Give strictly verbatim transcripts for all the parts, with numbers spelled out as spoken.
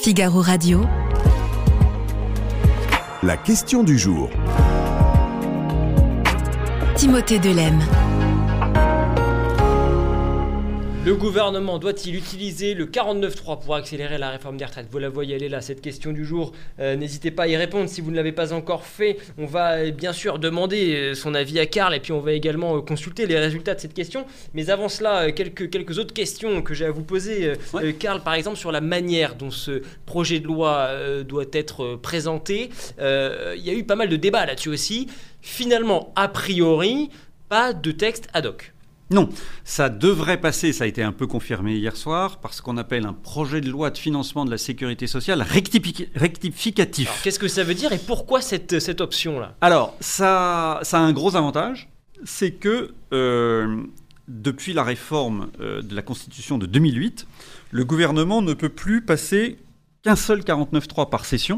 Figaro Radio. La question du jour. Timothée Delem. Le gouvernement doit-il utiliser le quarante-neuf trois pour accélérer la réforme des retraites ? Vous la voyez, elle est là, cette question du jour. Euh, n'hésitez pas à y répondre si vous ne l'avez pas encore fait. On va euh, bien sûr demander son avis à Karl et puis on va également euh, consulter les résultats de cette question. Mais avant cela, euh, quelques, quelques autres questions que j'ai à vous poser. Euh, ouais. euh, Karl, par exemple, sur la manière dont ce projet de loi euh, doit être euh, présenté. Euh, il y a eu pas mal de débats là-dessus aussi. Finalement, a priori, pas de texte ad hoc. Non, ça devrait passer, ça a été un peu confirmé hier soir, par ce qu'on appelle un projet de loi de financement de la sécurité sociale rectific- rectificatif. Alors, qu'est-ce que ça veut dire et pourquoi cette, cette option-là ? Alors, ça, ça a un gros avantage, c'est que euh, depuis la réforme euh, de la Constitution de deux mille huit, le gouvernement ne peut plus passer qu'un seul quarante-neuf trois par session,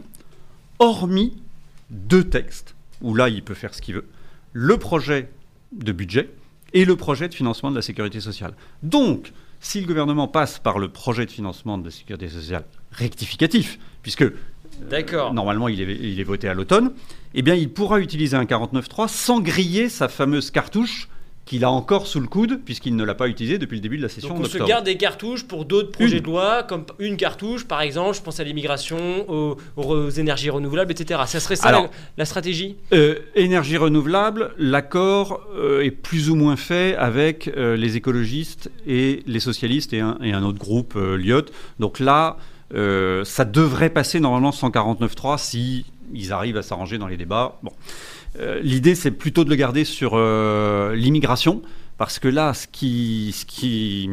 hormis deux textes, où là, il peut faire ce qu'il veut. Le projet de budget et le projet de financement de la sécurité sociale. Donc, si le gouvernement passe par le projet de financement de la sécurité sociale rectificatif, puisque D'accord. Euh, normalement il est, il est voté à l'automne, eh bien il pourra utiliser un quarante-neuf trois sans griller sa fameuse cartouche qu'il a encore sous le coude, puisqu'il ne l'a pas utilisée depuis le début de la session d'octobre. Donc on se garde des cartouches pour d'autres projets une. de loi, comme une cartouche, par exemple, je pense à l'immigration, aux, aux énergies renouvelables, et cetera. Ça serait ça Alors, la, la stratégie ? euh, Énergie renouvelable, l'accord euh, est plus ou moins fait avec euh, les écologistes et les socialistes et un, et un autre groupe, euh, l'I O T. Donc là, euh, ça devrait passer normalement sans quarante-neuf trois si ils arrivent à s'arranger dans les débats. Bon. Euh, l'idée, c'est plutôt de le garder sur euh, l'immigration, parce que là, ce qui, ce qui,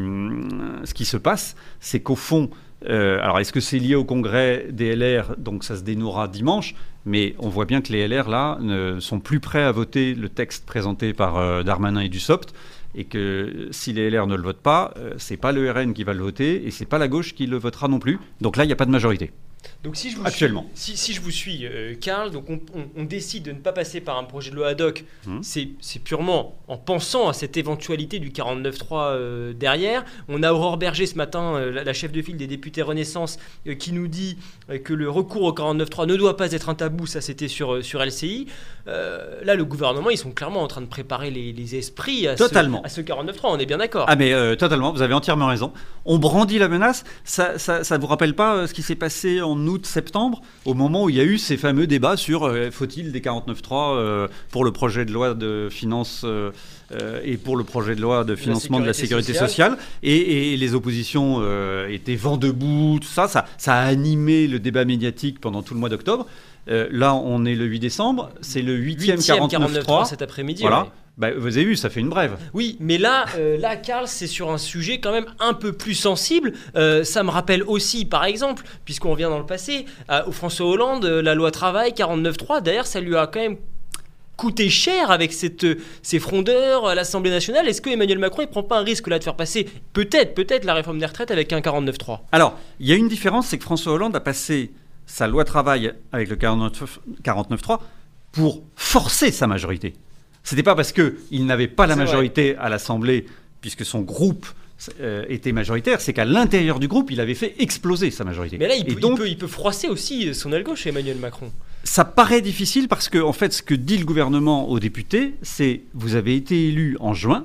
ce qui se passe, c'est qu'au fond, euh, alors est-ce que c'est lié au congrès des L R, donc ça se dénouera dimanche, mais on voit bien que les L R, là, ne sont plus prêts à voter le texte présenté par euh, Darmanin et Dussopt, et que si les L R ne le votent pas, euh, c'est pas le R N qui va le voter, et c'est pas la gauche qui le votera non plus. Donc là, il n'y a pas de majorité. Donc si je vous Actuellement. Suis, si, si je vous suis, euh, Karl, donc on, on, on décide de ne pas passer par un projet de loi ad hoc, mmh. c'est, c'est purement en pensant à cette éventualité du quarante-neuf trois euh, derrière. On a Aurore Berger ce matin, euh, la, la chef de file des députés Renaissance, euh, qui nous dit euh, que le recours au quarante-neuf trois ne doit pas être un tabou, ça c'était sur, euh, sur L C I. Euh, là, le gouvernement, ils sont clairement en train de préparer les, les esprits à totalement. ce, à ce quarante-neuf trois, on est bien d'accord. Ah mais euh, totalement, vous avez entièrement raison. On brandit la menace, ça, ça, ça vous rappelle pas euh, ce qui s'est passé en août, septembre, au moment où il y a eu ces fameux débats sur euh, faut-il des quarante-neuf trois euh, pour le projet de loi de finances euh, euh, et pour le projet de loi de financement de la sécurité, de la sécurité sociale, sociale et, et les oppositions euh, étaient vent debout, tout ça, ça, ça a animé le débat médiatique pendant tout le mois d'octobre. Euh, là, on est le huit décembre, c'est le huitième quarante-neuf trois cet après-midi. Voilà. Ouais. Bah, vous avez vu, ça fait une brève. Oui, mais là, euh, là, Karl, c'est sur un sujet quand même un peu plus sensible. Euh, ça me rappelle aussi, par exemple, puisqu'on revient dans le passé, euh, au François Hollande, euh, la loi travail quarante-neuf trois, d'ailleurs, ça lui a quand même coûté cher avec cette, ces frondeurs à l'Assemblée nationale. Est-ce que Emmanuel Macron ne prend pas un risque là de faire passer peut-être, peut-être la réforme des retraites avec un quarante-neuf trois ? Alors, il y a une différence, c'est que François Hollande a passé sa loi travail avec le quarante-neuf trois pour forcer sa majorité. C'était pas parce qu'il n'avait pas la c'est majorité vrai. À l'Assemblée, puisque son groupe euh, était majoritaire, c'est qu'à l'intérieur du groupe, il avait fait exploser sa majorité. Mais là, il, Et peut, donc, il, peut, il peut froisser aussi son aile gauche, Emmanuel Macron. Ça paraît difficile parce que, en fait, ce que dit le gouvernement aux députés, c'est « vous avez été élus en juin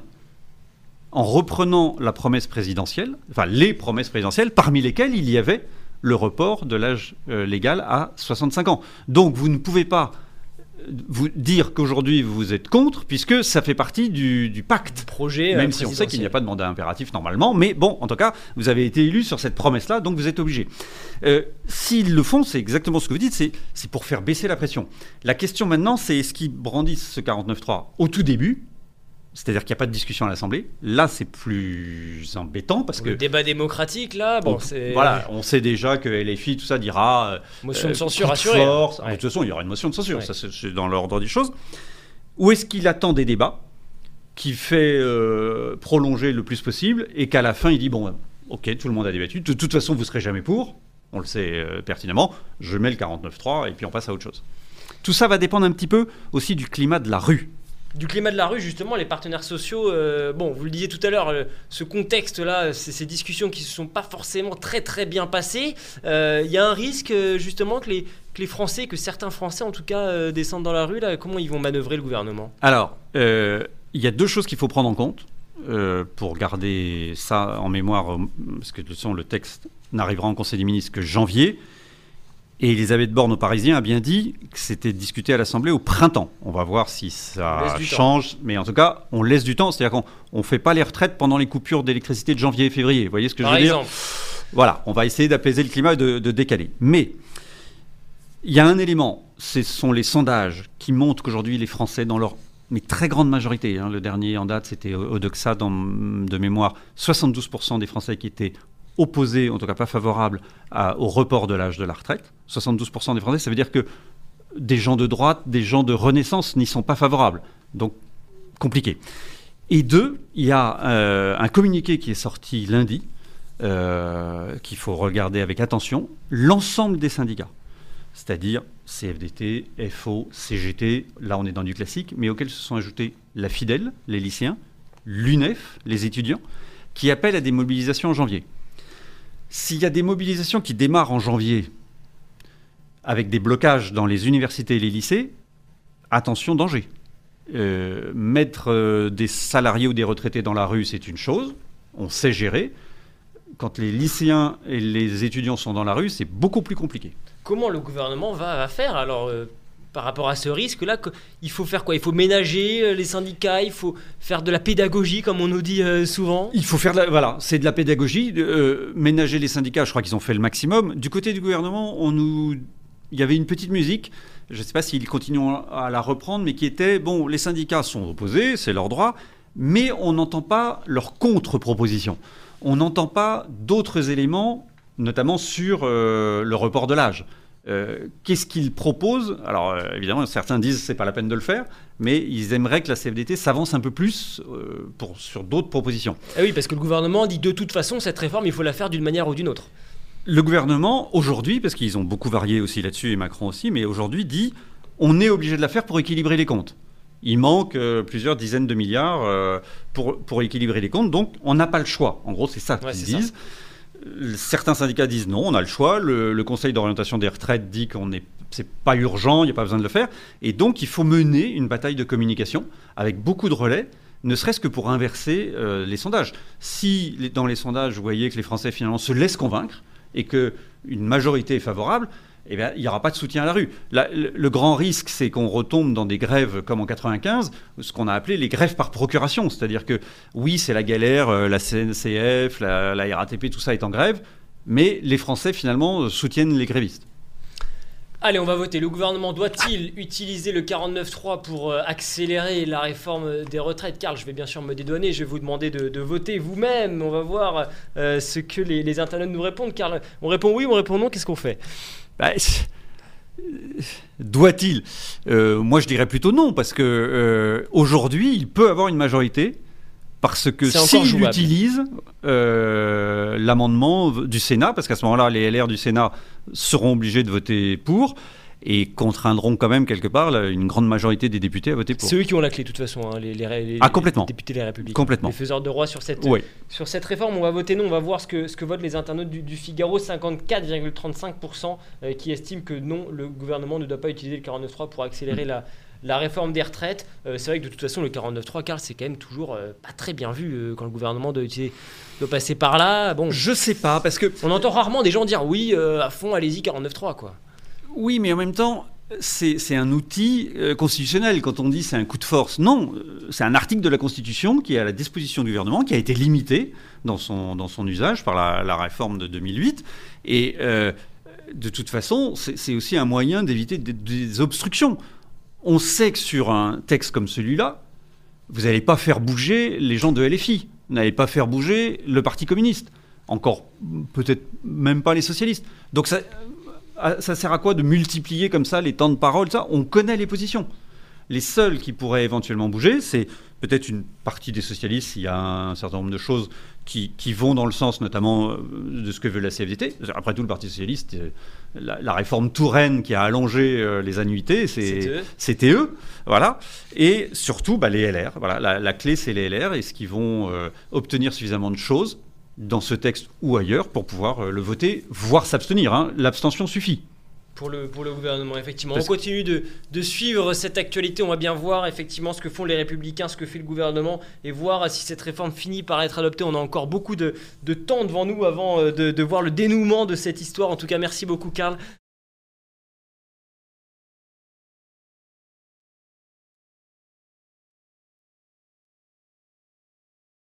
en reprenant la promesse présidentielle, enfin les promesses présidentielles, parmi lesquelles il y avait le report de l'âge euh, légal à soixante-cinq ans. Donc, vous ne pouvez pas vous dire qu'aujourd'hui vous êtes contre, puisque ça fait partie du, du pacte. Du projet, même si on sait qu'il n'y a pas de mandat impératif normalement, mais bon, en tout cas, vous avez été élu sur cette promesse-là, donc vous êtes obligé. Euh, s'ils le font, c'est exactement ce que vous dites, c'est, c'est pour faire baisser la pression. La question maintenant, c'est est-ce qu'ils brandissent ce quarante-neuf trois au tout début, c'est-à-dire qu'il n'y a pas de discussion à l'Assemblée. Là, c'est plus embêtant parce que... Le débat démocratique, là, bon, on, c'est... Voilà, on sait déjà que L F I, tout ça, dira... Euh, motion de censure euh, assurée. Force. Ouais. De toute façon, il y aura une motion de censure, ouais. ça c'est, c'est dans l'ordre des choses. Ou est-ce qu'il attend des débats qui fait euh, prolonger le plus possible et qu'à la fin, il dit, bon, ok, tout le monde a débattu, de toute façon, vous ne serez jamais pour, on le sait euh, pertinemment, je mets le quarante-neuf trois et puis on passe à autre chose. Tout ça va dépendre un petit peu aussi du climat de la rue. Du climat de la rue, justement, les partenaires sociaux, euh, bon, vous le disiez tout à l'heure, euh, ce contexte-là, c- ces discussions qui ne se sont pas forcément très très bien passées, il euh, y a un risque euh, justement que les, que les Français, que certains Français en tout cas, euh, descendent dans la rue, là, comment ils vont manœuvrer le gouvernement ? Alors, euh, il y a deux choses qu'il faut prendre en compte euh, pour garder ça en mémoire, euh, parce que de toute façon, le texte n'arrivera en Conseil des ministres que janvier. Et Elisabeth Borne aux Parisiens a bien dit que c'était discuté à l'Assemblée au printemps. On va voir si ça change, temps. Mais en tout cas, on laisse du temps. C'est-à-dire qu'on ne fait pas les retraites pendant les coupures d'électricité de janvier et février. Vous voyez ce que Par je veux exemple. dire ? Voilà, on va essayer d'apaiser le climat et de, de décaler. Mais il y a un élément, ce sont les sondages qui montrent qu'aujourd'hui, les Français, dans leur mais très grande majorité, hein, le dernier en date, c'était Odoxa dans, de mémoire, soixante-douze pour cent des Français qui étaient opposés, en tout cas pas favorables à, au report de l'âge de la retraite. soixante-douze pour cent des Français, ça veut dire que des gens de droite, des gens de Renaissance n'y sont pas favorables. Donc, compliqué. Et deux, il y a euh, un communiqué qui est sorti lundi, euh, qu'il faut regarder avec attention. L'ensemble des syndicats, c'est-à-dire C F D T, F O, C G T, là on est dans du classique, mais auxquels se sont ajoutés la Fidèle, les lycéens, l'U N E F, les étudiants, qui appellent à des mobilisations en janvier. S'il y a des mobilisations qui démarrent en janvier avec des blocages dans les universités et les lycées, attention, danger. Euh, mettre euh, des salariés ou des retraités dans la rue, c'est une chose, on sait gérer. Quand les lycéens et les étudiants sont dans la rue, c'est beaucoup plus compliqué. Comment le gouvernement va, va faire alors euh, par rapport à ce risque-là, il faut faire quoi ? Il faut ménager les syndicats, il faut faire de la pédagogie, comme on nous dit euh, souvent. Il faut faire de la, voilà, c'est de la pédagogie. Euh, ménager les syndicats, je crois qu'ils ont fait le maximum. Du côté du gouvernement, on nous, il y avait une petite musique, je ne sais pas s'ils continuent à la reprendre, mais qui était, bon, les syndicats sont opposés, c'est leur droit, mais on n'entend pas leurs contre-propositions. On n'entend pas d'autres éléments, notamment sur euh, le report de l'âge. Euh, qu'est-ce qu'ils proposent ? Alors, euh, évidemment, certains disent que ce n'est pas la peine de le faire, mais ils aimeraient que la C F D T s'avance un peu plus euh, pour, sur d'autres propositions. Ah oui, parce que le gouvernement dit de toute façon, cette réforme, il faut la faire d'une manière ou d'une autre. Le gouvernement, aujourd'hui, parce qu'ils ont beaucoup varié aussi là-dessus, et Macron aussi, mais aujourd'hui dit on est obligé de la faire pour équilibrer les comptes. Il manque euh, plusieurs dizaines de milliards euh, pour, pour équilibrer les comptes, donc on n'a pas le choix. En gros, c'est ça qu'ils ouais, c'est disent. Ça. Certains syndicats disent non, on a le choix. Le, le Conseil d'orientation des retraites dit qu'on n'est c'est pas urgent, il n'y a pas besoin de le faire. Et donc, il faut mener une bataille de communication avec beaucoup de relais, ne serait-ce que pour inverser euh, les sondages. Si les, dans les sondages, vous voyez que les Français finalement se laissent convaincre et qu'une majorité est favorable, eh bien, il n'y aura pas de soutien à la rue. La, le, le grand risque, c'est qu'on retombe dans des grèves comme en quatre-vingt-quinze, ce qu'on a appelé les grèves par procuration. C'est-à-dire que, oui, c'est la galère, euh, la C N C F, la, la R A T P, tout ça est en grève, mais les Français, finalement, soutiennent les grévistes. Allez, on va voter. Le gouvernement doit-il utiliser le quarante-neuf trois pour euh, accélérer la réforme des retraites ? Carl, je vais bien sûr me dédouaner, je vais vous demander de, de voter vous-même. On va voir euh, ce que les, les internautes nous répondent. Carl, on répond oui, on répond non, qu'est-ce qu'on fait ? Bah, doit-il ? euh, Moi, je dirais plutôt non, parce que euh, aujourd'hui, il peut avoir une majorité, parce que s'il utilise euh, l'amendement du Sénat, parce qu'à ce moment-là, les L R du Sénat seront obligés de voter pour, et contraindront quand même quelque part là, une grande majorité des députés à voter pour. C'est eux qui ont la clé de toute façon, hein, les, les, les, ah, complètement. les députés des Républicains, complètement. les faiseurs de roi sur cette, oui. sur cette réforme. On va voter non, on va voir ce que, ce que votent les internautes du, du Figaro. cinquante-quatre virgule trente-cinq pour cent euh, qui estiment que non, le gouvernement ne doit pas utiliser le quarante-neuf trois pour accélérer mmh. la, la réforme des retraites. Euh, c'est vrai que de toute façon le quarante-neuf trois, Carl, c'est quand même toujours euh, pas très bien vu euh, quand le gouvernement doit, utiliser, doit passer par là. Bon, je sais pas, parce que on entend rarement des gens dire oui, euh, à fond, allez-y, quarante-neuf trois, quoi. Oui, mais en même temps, c'est, c'est un outil euh, constitutionnel. Quand on dit c'est un coup de force, non, euh, c'est un article de la Constitution qui est à la disposition du gouvernement, qui a été limité dans son, dans son usage par la, la réforme de deux mille huit. Et euh, de toute façon, c'est, c'est aussi un moyen d'éviter des, des obstructions. On sait que sur un texte comme celui-là, vous n'allez pas faire bouger les gens de L F I, vous n'allez pas faire bouger le Parti communiste, encore peut-être même pas les socialistes. Donc ça... Ça sert à quoi de multiplier comme ça les temps de parole ça ? On connaît les positions. Les seuls qui pourraient éventuellement bouger, c'est peut-être une partie des socialistes, il y a un certain nombre de choses qui, qui vont dans le sens notamment de ce que veut la C F D T. Après tout, le Parti socialiste, la, la réforme Touraine qui a allongé les annuités, c'est, c'était eux. Voilà. Et surtout, bah, les L R. Voilà, la, la clé, c'est les L R. Est-ce qu'ils vont euh, obtenir suffisamment de choses dans ce texte ou ailleurs pour pouvoir euh, le voter, voire s'abstenir, hein. L'abstention suffit. Pour le, pour le gouvernement, effectivement. Parce on continue de, de suivre cette actualité. On va bien voir effectivement ce que font les Républicains, ce que fait le gouvernement et voir si cette réforme finit par être adoptée. On a encore beaucoup de, de temps devant nous avant de, de voir le dénouement de cette histoire. En tout cas, merci beaucoup, Karl.